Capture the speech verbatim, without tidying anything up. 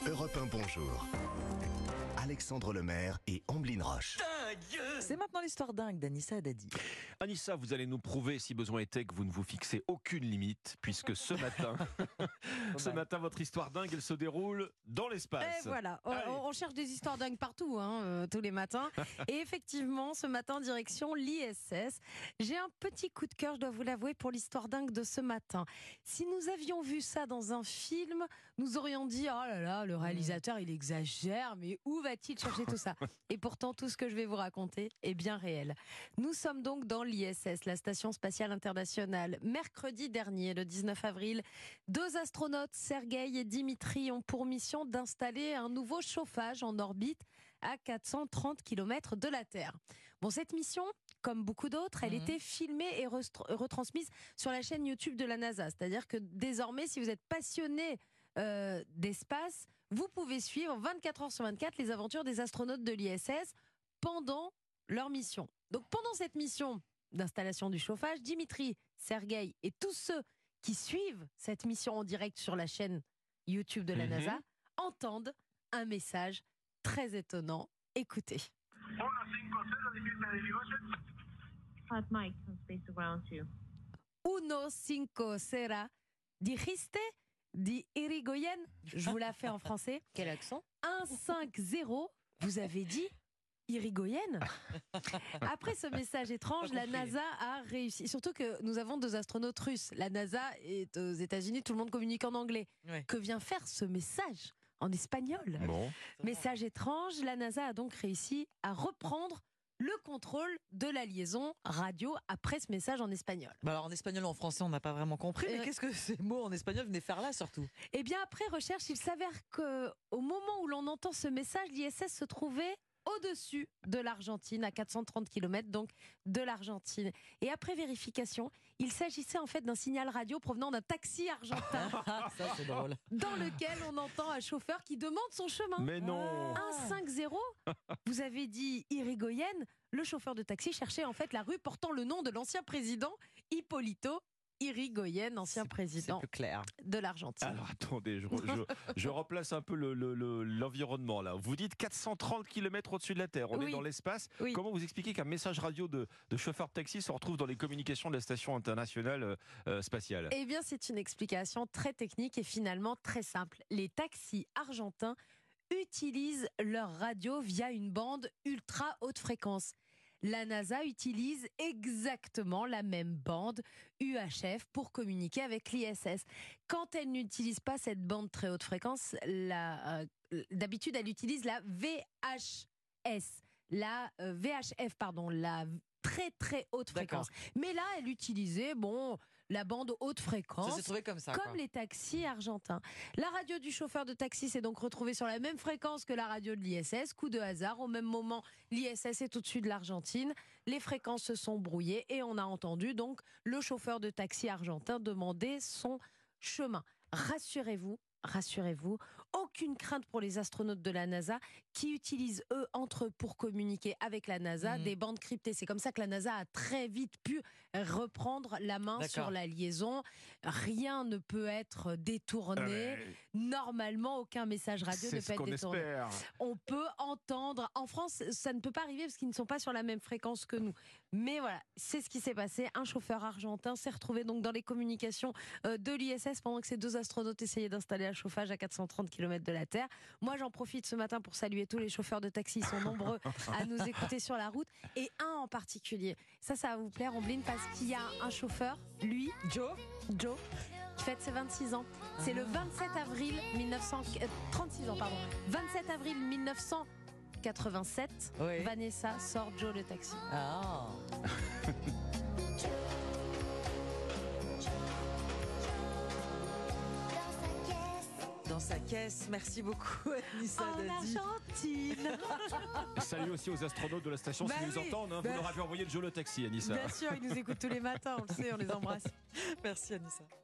Europe un Bonjour. Alexandre Lemaire et Amblin Roche. C'est maintenant l'histoire dingue d'Anissa Haddadi. Anissa, vous allez nous prouver, si besoin était, que vous ne vous fixez aucune limite, puisque ce matin, ce matin, votre histoire dingue, elle se déroule dans l'espace. Et voilà, on, on cherche des histoires dingues partout, hein, euh, tous les matins. Et effectivement, ce matin, direction l'I S S. J'ai un petit coup de cœur, je dois vous l'avouer, pour l'histoire dingue de ce matin. Si nous avions vu ça dans un film, nous aurions dit, oh là là, le réalisateur, il exagère, mais où va-t-il chercher tout ça? Et pourtant, tout ce que je vais vous raconter est bien réel. Nous sommes donc dans l'I S S, la Station Spatiale Internationale. Mercredi dernier, le dix-neuf avril, deux astronautes, Sergueï et Dimitri, ont pour mission d'installer un nouveau chauffage en orbite à quatre cent trente kilomètres de la Terre. Bon, cette mission, comme beaucoup d'autres, elle mmh. était filmée et retransmise sur la chaîne YouTube de la NASA. C'est-à-dire que désormais, si vous êtes passionné euh, d'espace, vous pouvez suivre vingt-quatre heures sur vingt-quatre les aventures des astronautes de l'I S S pendant leur mission. Donc pendant cette mission d'installation du chauffage, Dimitri, Sergueï et tous ceux qui suivent cette mission en direct sur la chaîne YouTube de la mmh. NASA entendent un message très étonnant. Écoutez. Hot Mike, on Space to Ground two. Uno cinco sera. Dijiste di Irigoyen. Je vous la fais en français. Quel accent? un cinq zéro. Vous avez dit Irigoyen. Après ce message étrange, la NASA a réussi. Surtout que nous avons deux astronautes russes. La NASA est aux États-Unis, tout le monde communique en anglais. Ouais. Que vient faire ce message en espagnol? Bon. Message étrange, la NASA a donc réussi à reprendre le contrôle de la liaison radio après ce message en espagnol. Bah alors en espagnol ou en français, on n'a pas vraiment compris. Mais euh... qu'est-ce que ces mots en espagnol venaient faire là surtout? Eh bien, après recherche, il s'avère qu'au moment où l'on entend ce message, l'I S S se trouvait au-dessus de l'Argentine, à quatre cent trente kilomètres donc de l'Argentine. Et après vérification, il s'agissait en fait d'un signal radio provenant d'un taxi argentin. Ça, c'est drôle. Dans lequel on entend un chauffeur qui demande son chemin. Mais non. un cinq zéro. Vous avez dit Irigoyen. Le chauffeur de taxi cherchait en fait la rue portant le nom de l'ancien président Hipólito Yrigoyen, ancien c'est, président c'est plus clair. de l'Argentine. Alors attendez, je, je, je replace un peu le, le, le, l'environnement là. Vous dites quatre cent trente kilomètres au-dessus de la Terre, on oui. est dans l'espace. Oui. Comment vous expliquez qu'un message radio de, de chauffeur de taxi se retrouve dans les communications de la Station internationale euh, spatiale? Eh bien, c'est une explication très technique et finalement très simple. Les taxis argentins utilisent leur radio via une bande ultra haute fréquence. La NASA utilise exactement la même bande U H F pour communiquer avec l'I S S. Quand elle n'utilise pas cette bande très haute fréquence, la, euh, d'habitude elle utilise la V H S, la euh, V H F pardon, la très très haute fréquence. D'accord. Mais là, elle utilisait bon la bande haute fréquence. Ça s'est trouvé comme ça. Comme quoi. les taxis argentins. La radio du chauffeur de taxi s'est donc retrouvée sur la même fréquence que la radio de l'I S S. Coup de hasard, au même moment, l'I S S est au-dessus de l'Argentine. Les fréquences se sont brouillées et on a entendu donc le chauffeur de taxi argentin demander son chemin. Rassurez-vous. Rassurez-vous, aucune crainte pour les astronautes de la NASA qui utilisent eux entre eux pour communiquer avec la NASA mmh. des bandes cryptées. C'est comme ça que la NASA a très vite pu reprendre la main D'accord. sur la liaison. Rien ne peut être détourné. Euh... Normalement, aucun message radio C'est ne peut être détourné. Espère. On peut entendre. En France, ça ne peut pas arriver parce qu'ils ne sont pas sur la même fréquence que nous. Mais voilà, c'est ce qui s'est passé. Un chauffeur argentin s'est retrouvé donc dans les communications de l'I S S pendant que ces deux astronautes essayaient d'installer un chauffage à quatre cent trente kilomètres de la Terre. Moi, j'en profite ce matin pour saluer tous les chauffeurs de taxi. Ils sont nombreux à nous écouter sur la route. Et un en particulier. Ça, ça va vous plaire, Amblin, parce qu'il y a un chauffeur, lui, Joe, Joe, qui fête ses vingt-six ans. C'est le vingt-sept avril mille neuf cent trente-six ans, pardon. vingt-sept avril mille neuf cent quatre-vingt-sept. Oui. Vanessa sort Joe le taxi. Ah. Dans sa caisse. Merci beaucoup, Anissa Haddadi. En Argentine. Salut aussi aux astronautes de la station bah qui oui. nous entendent. Hein. Vous bah... leur avez envoyé le Joe le taxi, Anissa. Bien sûr, ils nous écoutent tous les matins, on le sait, on les embrasse. Merci, Anissa.